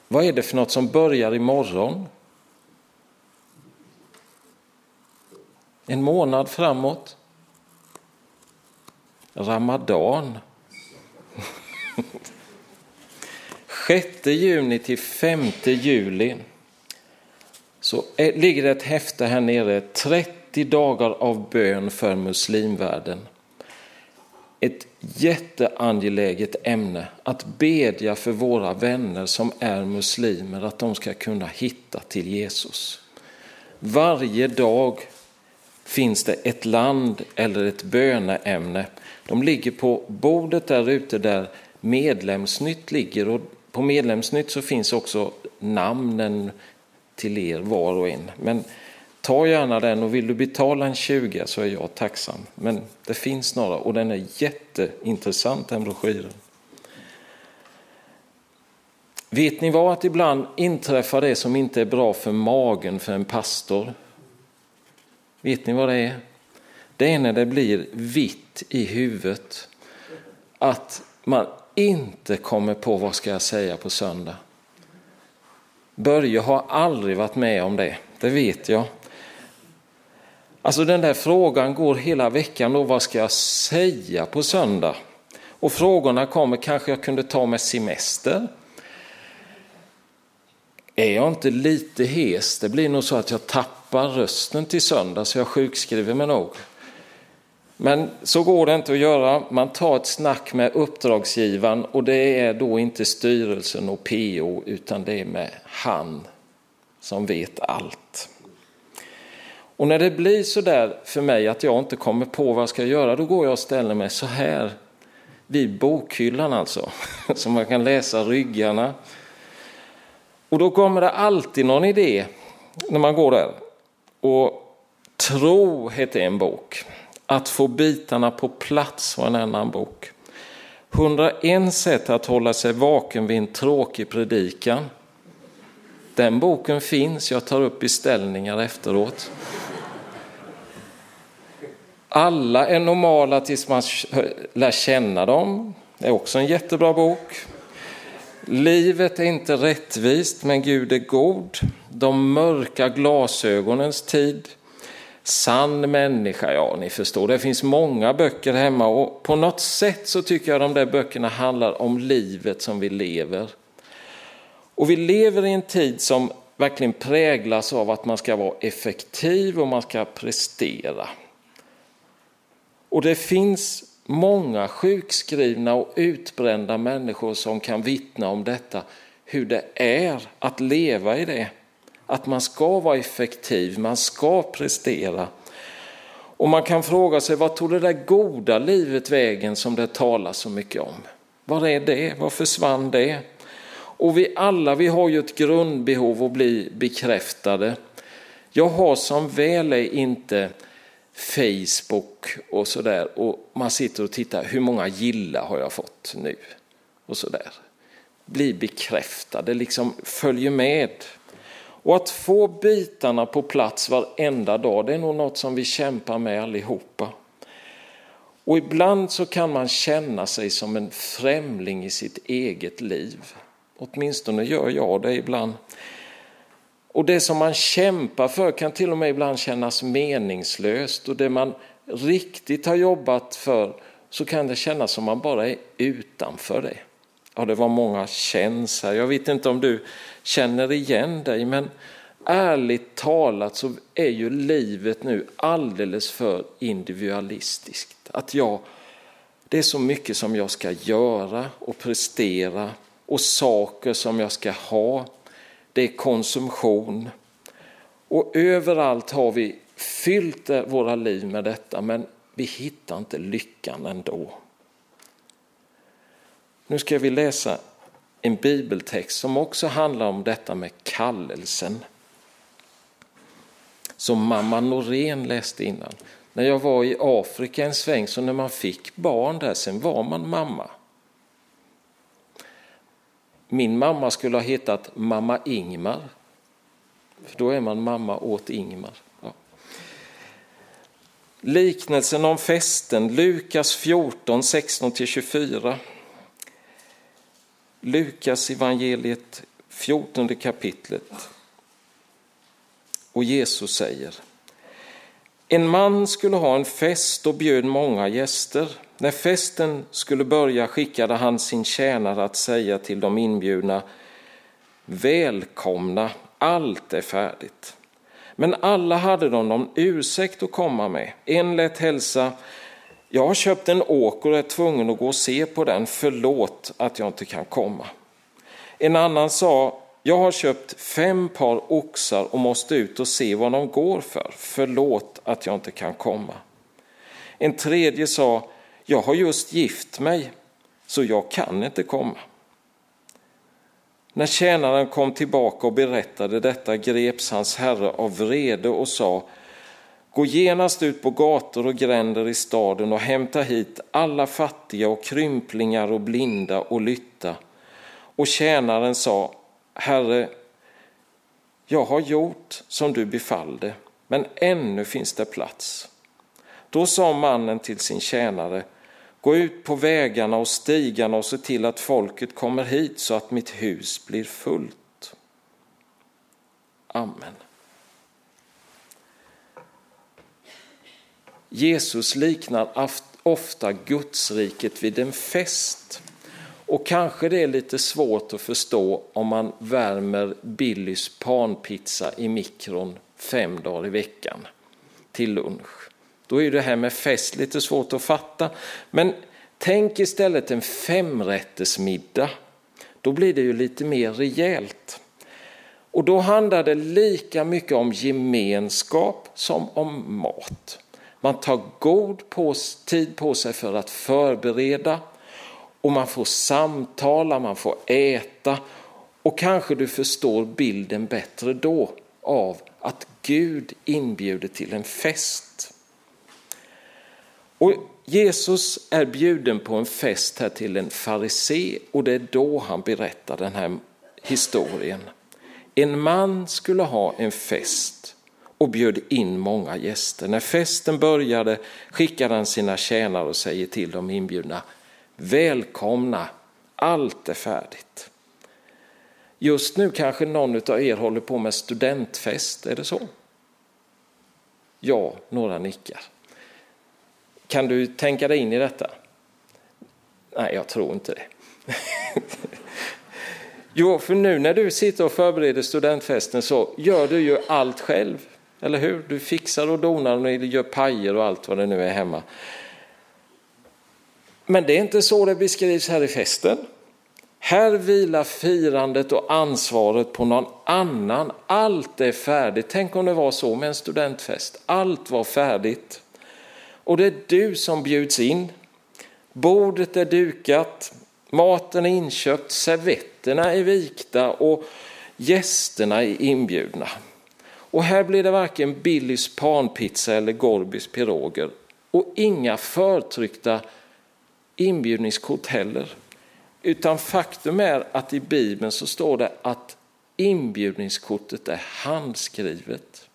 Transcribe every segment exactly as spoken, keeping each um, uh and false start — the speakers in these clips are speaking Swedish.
Vad är det för något som börjar imorgon? En månad framåt. Ramadan. sjätte juni till femte juli så är, ligger det ett häfte här nere. trettio dagar av bön för muslimvärlden. Ett jätteangeläget ämne att bedja för våra vänner som är muslimer, att de ska kunna hitta till Jesus. Varje dag finns det ett land eller ett böneämne. De ligger på bordet där ute där Medlemsnytt ligger, och på Medlemsnytt så finns också namnen till er var och en. Men ta gärna den, och vill du betala en tjugo så är jag tacksam. Men det finns några, och den är jätteintressant, den broschyren. Vet ni vad, att ibland inträffar det som inte är bra för magen för en pastor? Vet ni vad det är? Det är när det blir vitt i huvudet. Att man inte kommer på vad ska jag säga på söndag. Börje har aldrig varit med om det. Det vet jag. Alltså den där frågan går hela veckan då, vad ska jag säga på söndag? Och frågorna kommer, kanske jag kunde ta med semester? Är jag inte lite hes? Det blir nog så att jag tappar rösten till söndag, så jag sjukskriver mig nog. Men så går det inte att göra. Man tar ett snack med uppdragsgivaren, och det är då inte styrelsen och P O, utan det är med han som vet allt. Och när det blir så där för mig att jag inte kommer på vad jag ska göra, då går jag och ställer mig så här vid bokhyllan alltså, så man kan läsa ryggarna. Och då kommer det alltid någon idé när man går där. Och Tro heter en bok. Att få bitarna på plats var en annan bok. hundraett sätt att hålla sig vaken vid en tråkig predikan. Den boken finns, jag tar upp beställningar efteråt. Alla är normala tills man lär känna dem. Det är också en jättebra bok. Livet är inte rättvist, men Gud är god. De mörka glasögonens tid. Sann människa, ja ni förstår. Det finns många böcker hemma, och på något sätt så tycker jag de där böckerna handlar om livet som vi lever. Och vi lever i en tid som verkligen präglas av att man ska vara effektiv och man ska prestera. Och det finns många sjukskrivna och utbrända människor som kan vittna om detta. Hur det är att leva i det. Att man ska vara effektiv, man ska prestera. Och man kan fråga sig, vad tog det där goda livet vägen som det talas så mycket om? Var är det? Var försvann det? Och vi alla, vi har ju ett grundbehov att bli bekräftade. Jag har som väl är inte Facebook och sådär, och man sitter och tittar, hur många gillar har jag fått nu? Och sådär. Bli bekräftad, det liksom följer med. Och att få bitarna på plats varenda dag, det är nog något som vi kämpar med allihopa. Och ibland så kan man känna sig som en främling i sitt eget liv. Åtminstone gör jag det ibland. Och det som man kämpar för kan till och med ibland kännas meningslöst. Och det man riktigt har jobbat för, så kan det kännas som man bara är utanför det. Ja, det var många känns här. Jag vet inte om du känner igen dig, men ärligt talat så är ju livet nu alldeles för individualistiskt. Att jag, det är så mycket som jag ska göra och prestera, och saker som jag ska ha. Det är konsumtion. Och överallt har vi fyllt våra liv med detta, men vi hittar inte lyckan ändå. Nu ska vi läsa en bibeltext som också handlar om detta med kallelsen. Som mamma Norén läste innan. När jag var i Afrika en sväng, så när man fick barn där, sen var man mamma. Min mamma skulle ha hetat mamma Ingmar. För då är man mamma åt Ingmar. Ja. Liknelsen om festen, Lukas fjorton, sexton till tjugofyra. Lukas evangeliet fjortonde kapitlet. Och Jesus säger: en man skulle ha en fest och bjöd många gäster. När festen skulle börja skickade han sin tjänare att säga till de inbjudna: välkomna, allt är färdigt. Men alla hade de någon ursäkt att komma med. En lät hälsa: jag har köpt en åker och är tvungen att gå och se på den, förlåt att jag inte kan komma. En annan sa: jag har köpt fem par oxar och måste ut och se vad de går för, förlåt att jag inte kan komma. En tredje sa: jag har just gift mig, så jag kan inte komma. När tjänaren kom tillbaka och berättade detta greps hans herre av vrede och sa: gå genast ut på gator och gränder i staden och hämta hit alla fattiga och krymplingar och blinda och lytta. Och tjänaren sa: herre, jag har gjort som du befallde, men ännu finns det plats. Då sa mannen till sin tjänare: gå ut på vägarna och stigarna och se till att folket kommer hit så att mitt hus blir fullt. Amen. Jesus liknar ofta Gudsriket vid en fest. Och kanske det är lite svårt att förstå om man värmer Billys panpizza i mikron fem dagar i veckan till lunch. Då är det här med fest lite svårt att fatta. Men tänk istället en femrättersmiddag. Då blir det ju lite mer rejält. Och då handlar det lika mycket om gemenskap som om mat. Man tar god på, tid på sig för att förbereda. Och man får samtala, man får äta. Och kanske du förstår bilden bättre då av att Gud inbjuder till en fest. Och Jesus är bjuden på en fest här till en farisé, och det är då han berättar den här historien. En man skulle ha en fest och bjöd in många gäster. När festen började skickade han sina tjänare och säger till de inbjudna: välkomna, allt är färdigt. Just nu kanske någon av er håller på med studentfest, är det så? Ja, några nickar. Kan du tänka dig in i detta? Nej, jag tror inte det. Jo, för nu när du sitter och förbereder studentfesten så gör du ju allt själv, eller hur? Du fixar och donar och du gör pajer och allt vad det nu är hemma. Men det är inte så det beskrivs här i festen. Här vilar firandet och ansvaret på någon annan. Allt är färdigt. Tänk om det var så med en studentfest. Allt var färdigt. Och det är du som bjuds in. Bordet är dukat. Maten är inköpt. Servetterna är vikta. Och gästerna är inbjudna. Och här blir det varken Billys panpizza eller Gorbis piroger. Och inga förtryckta inbjudningskort heller. Utan faktum är att i Bibeln så står det att inbjudningskortet är handskrivet.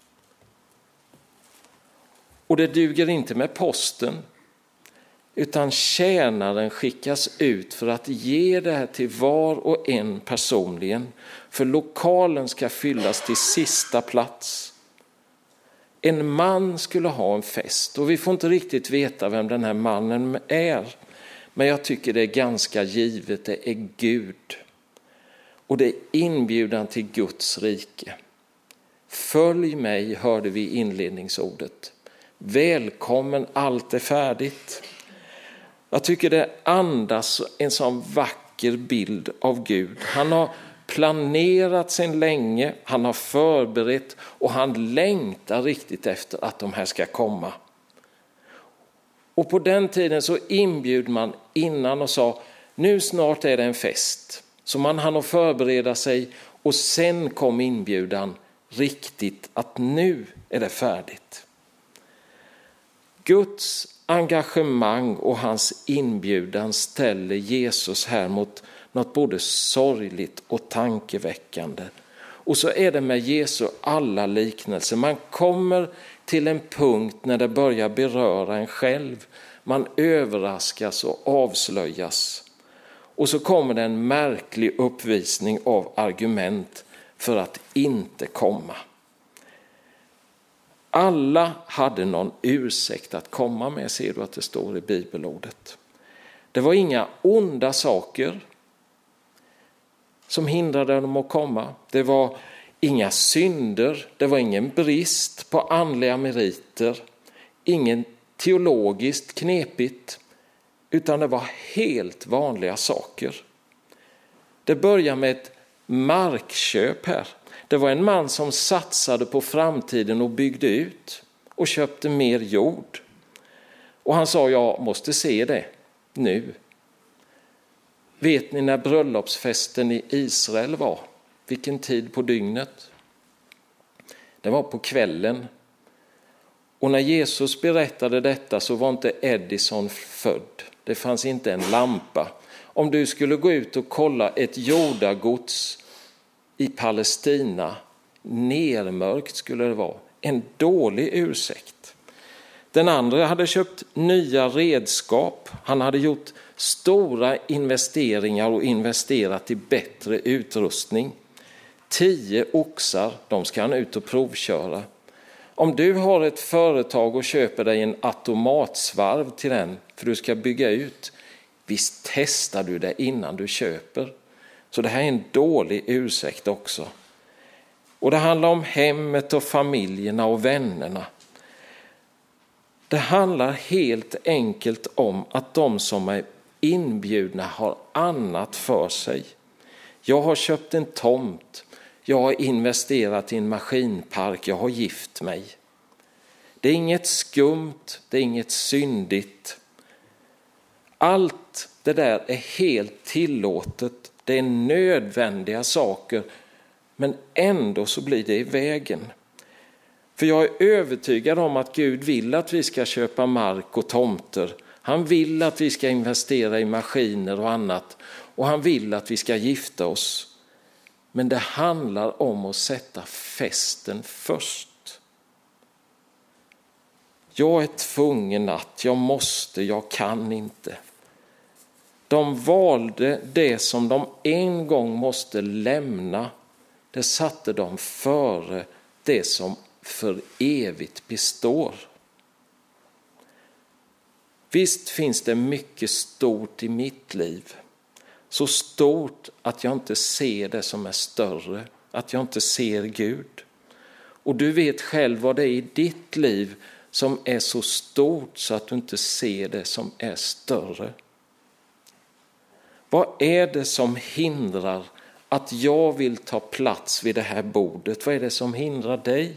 Och det duger inte med posten, utan tjänaren skickas ut för att ge det här till var och en personligen. För lokalen ska fyllas till sista plats. En man skulle ha en fest, och vi får inte riktigt veta vem den här mannen är. Men jag tycker det är ganska givet, det är Gud. Och det är inbjudan till Guds rike. Följ mig, hörde vi inledningsordet. Välkommen, allt är färdigt. Jag tycker det andas en sån vacker bild av Gud. Han har planerat sedan länge, han har förberett och han längtar riktigt efter att de här ska komma. Och på den tiden så inbjöd man innan och sa: nu snart är det en fest. Så man hann att förbereda sig, och sen kom inbjudan riktigt att nu är det färdigt. Guds engagemang och hans inbjudan ställer Jesus här mot något både sorgligt och tankeväckande. Och så är det med Jesu alla liknelser. Man kommer till en punkt när det börjar beröra en själv. Man överraskas och avslöjas. Och så kommer det en märklig uppvisning av argument för att inte komma. Alla hade någon ursäkt att komma med, ser du att det står i bibelordet. Det var inga onda saker som hindrade dem att komma. Det var inga synder, det var ingen brist på andliga meriter, ingen teologiskt knepigt, utan det var helt vanliga saker. Det börjar med ett markköp här. Det var en man som satsade på framtiden och byggde ut och köpte mer jord. Och han sa, jag måste se det nu. Vet ni när bröllopsfesten i Israel var? Vilken tid på dygnet? Det var på kvällen. Och när Jesus berättade detta så var inte Edison född. Det fanns inte en lampa. Om du skulle gå ut och kolla ett jordagods i Palestina, nermörkt skulle det vara. En dålig ursäkt. Den andra hade köpt nya redskap. Han hade gjort stora investeringar och investerat i bättre utrustning. Tio oxar, de ska han ut och provköra. Om du har ett företag och köper dig en automatsvarv till den för du ska bygga ut, visst testar du det innan du köper. Så det här är en dålig ursäkt också. Och det handlar om hemmet och familjerna och vännerna. Det handlar helt enkelt om att de som är inbjudna har annat för sig. Jag har köpt en tomt. Jag har investerat i en maskinpark. Jag har gift mig. Det är inget skumt. Det är inget syndigt. Allt det där är helt tillåtet. Det är nödvändiga saker. Men ändå så blir det i vägen. För jag är övertygad om att Gud vill att vi ska köpa mark och tomter. Han vill att vi ska investera i maskiner och annat. Och han vill att vi ska gifta oss. Men det handlar om att sätta festen först. Jag är tvungen att, jag måste, jag kan inte. De valde det som de en gång måste lämna. Det satte de före det som för evigt består. Visst finns det mycket stort i mitt liv. Så stort att jag inte ser det som är större. Att jag inte ser Gud. Och du vet själv vad det är i ditt liv som är så stort så att du inte ser det som är större. Vad är det som hindrar att jag vill ta plats vid det här bordet? Vad är det som hindrar dig?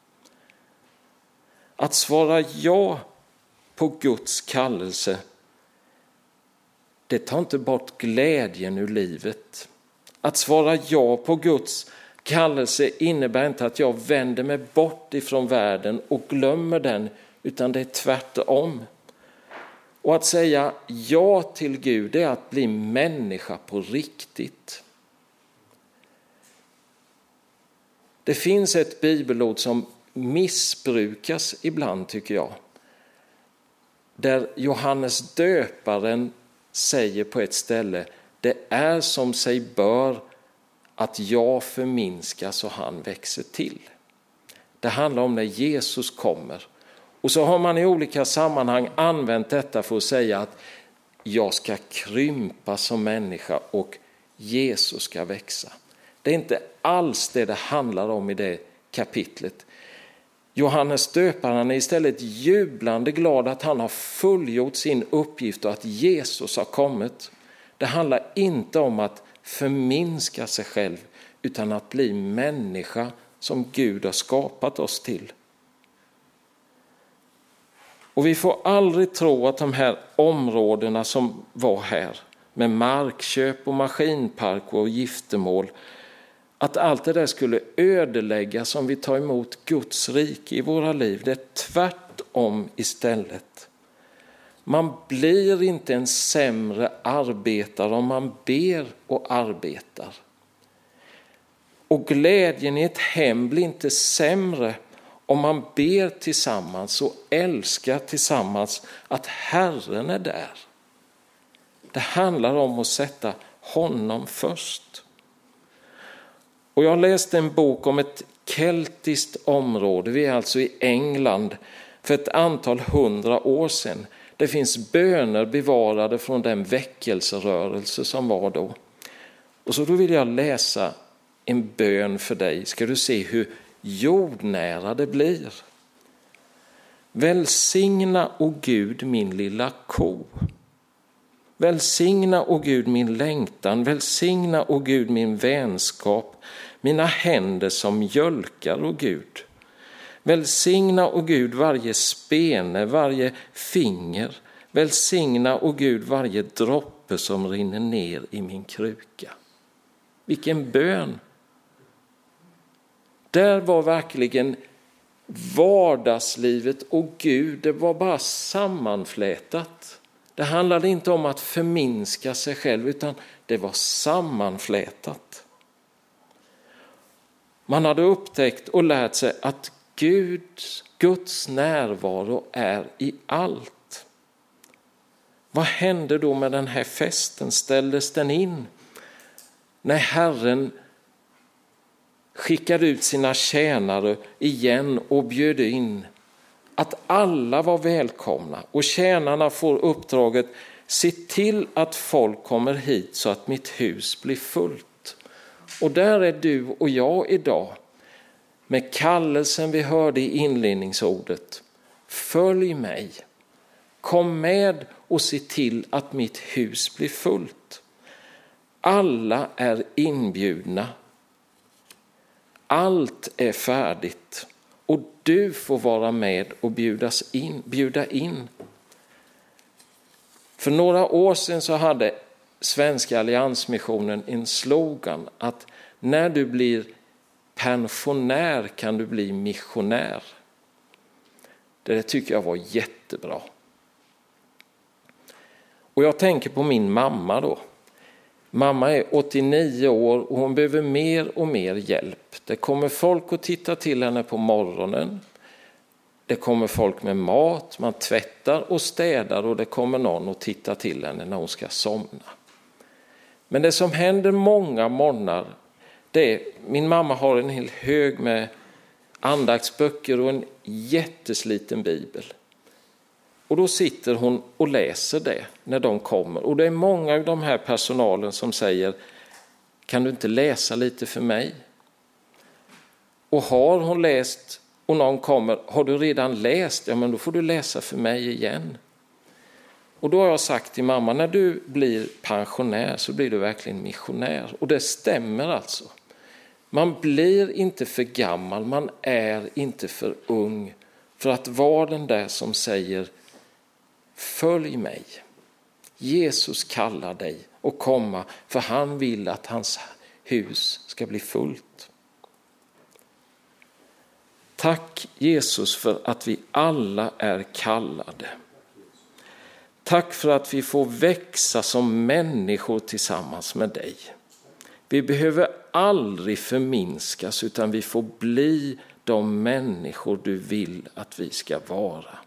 Att svara ja på Guds kallelse, det tar inte bort glädjen ur livet. Att svara ja på Guds kallelse innebär inte att jag vänder mig bort ifrån världen och glömmer den, utan det är tvärtom. Och att säga ja till Gud är att bli människa på riktigt. Det finns ett bibelord som missbrukas ibland, tycker jag. Där Johannes döparen säger på ett ställe: det är som sig bör att jag förminskas och han växer till. Det handlar om när Jesus kommer. Och så har man i olika sammanhang använt detta för att säga att jag ska krympa som människa och Jesus ska växa. Det är inte alls det det handlar om i det kapitlet. Johannes döparen är istället jublande glad att han har fullgjort sin uppgift och att Jesus har kommit. Det handlar inte om att förminska sig själv utan att bli människa som Gud har skapat oss till. Och vi får aldrig tro att de här områdena som var här med markköp och maskinpark och giftermål, att allt det där skulle ödeläggas om vi tar emot Guds rike i våra liv. Det är tvärtom istället. Man blir inte en sämre arbetare om man ber och arbetar. Och glädjen i ett hem blir inte sämre om man ber tillsammans och älskar tillsammans att Herren är där. Det handlar om att sätta honom först. Och jag läste en bok om ett keltiskt område. Vi är alltså i England för ett antal hundra år sedan. Det finns böner bevarade från den väckelserörelse som var då. Och så då vill jag läsa en bön för dig. Ska du se hur jordnära det blir. Välsigna, o Gud, min lilla ko. Välsigna, o Gud, min längtan. Välsigna, o Gud, min vänskap. Mina händer som mjölkar, o Gud. Välsigna, o Gud, varje spene, varje finger. Välsigna, o Gud, varje droppe som rinner ner i min kruka. Vilken bön! Där var verkligen vardagslivet och Gud, det var bara sammanflätat. Det handlade inte om att förminska sig själv, utan det var sammanflätat. Man hade upptäckt och lärt sig att Guds, Guds närvaro är i allt. Vad hände då med den här festen? Ställdes den in? När Herren skickade ut sina tjänare igen och bjöd in att alla var välkomna. Och tjänarna får uppdraget: se till att folk kommer hit så att mitt hus blir fullt. Och där är du och jag idag med kallelsen vi hörde i inledningsordet. Följ mig. Kom med och se till att mitt hus blir fullt. Alla är inbjudna. Allt är färdigt. Och du får vara med och bjudas in, bjuda in. För några år sedan så hade Svenska Alliansmissionen en slogan att när du blir pensionär kan du bli missionär. Det tycker jag var jättebra. Och jag tänker på min mamma då. Mamma är åttionio år och hon behöver mer och mer hjälp. Det kommer folk att titta till henne på morgonen. Det kommer folk med mat, man tvättar och städar och det kommer någon att titta till henne när hon ska somna. Men det som händer många morgnar, det är min mamma har en hel hög med andaktsböcker och en jättesliten bibel. Och då sitter hon och läser det när de kommer. Och det är många av de här personalen som säger: kan du inte läsa lite för mig? Och har hon läst och någon kommer: har du redan läst? Ja, men då får du läsa för mig igen. Och då har jag sagt till mamma: när du blir pensionär så blir du verkligen missionär. Och det stämmer alltså. Man blir inte för gammal, man är inte för ung för att vara den där som säger: följ mig. Jesus kallar dig att komma, för han vill att hans hus ska bli fullt. Tack Jesus för att vi alla är kallade. Tack för att vi får växa som människor tillsammans med dig. Vi behöver aldrig förminskas, utan vi får bli de människor du vill att vi ska vara.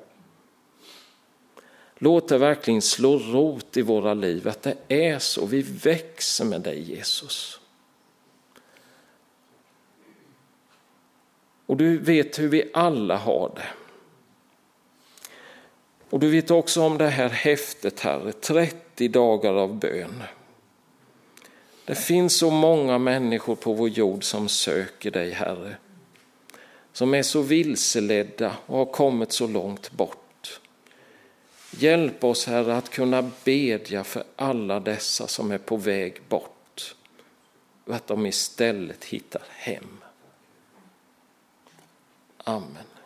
Låt det verkligen slå rot i våra liv att det är så. Vi växer med dig Jesus. Och du vet hur vi alla har det. Och du vet också om det här häftet här, trettio dagar av bön. Det finns så många människor på vår jord som söker dig, Herre. Som är så vilseledda och har kommit så långt bort. Hjälp oss, Herre, att kunna bedja för alla dessa som är på väg bort. Och att de istället hittar hem. Amen.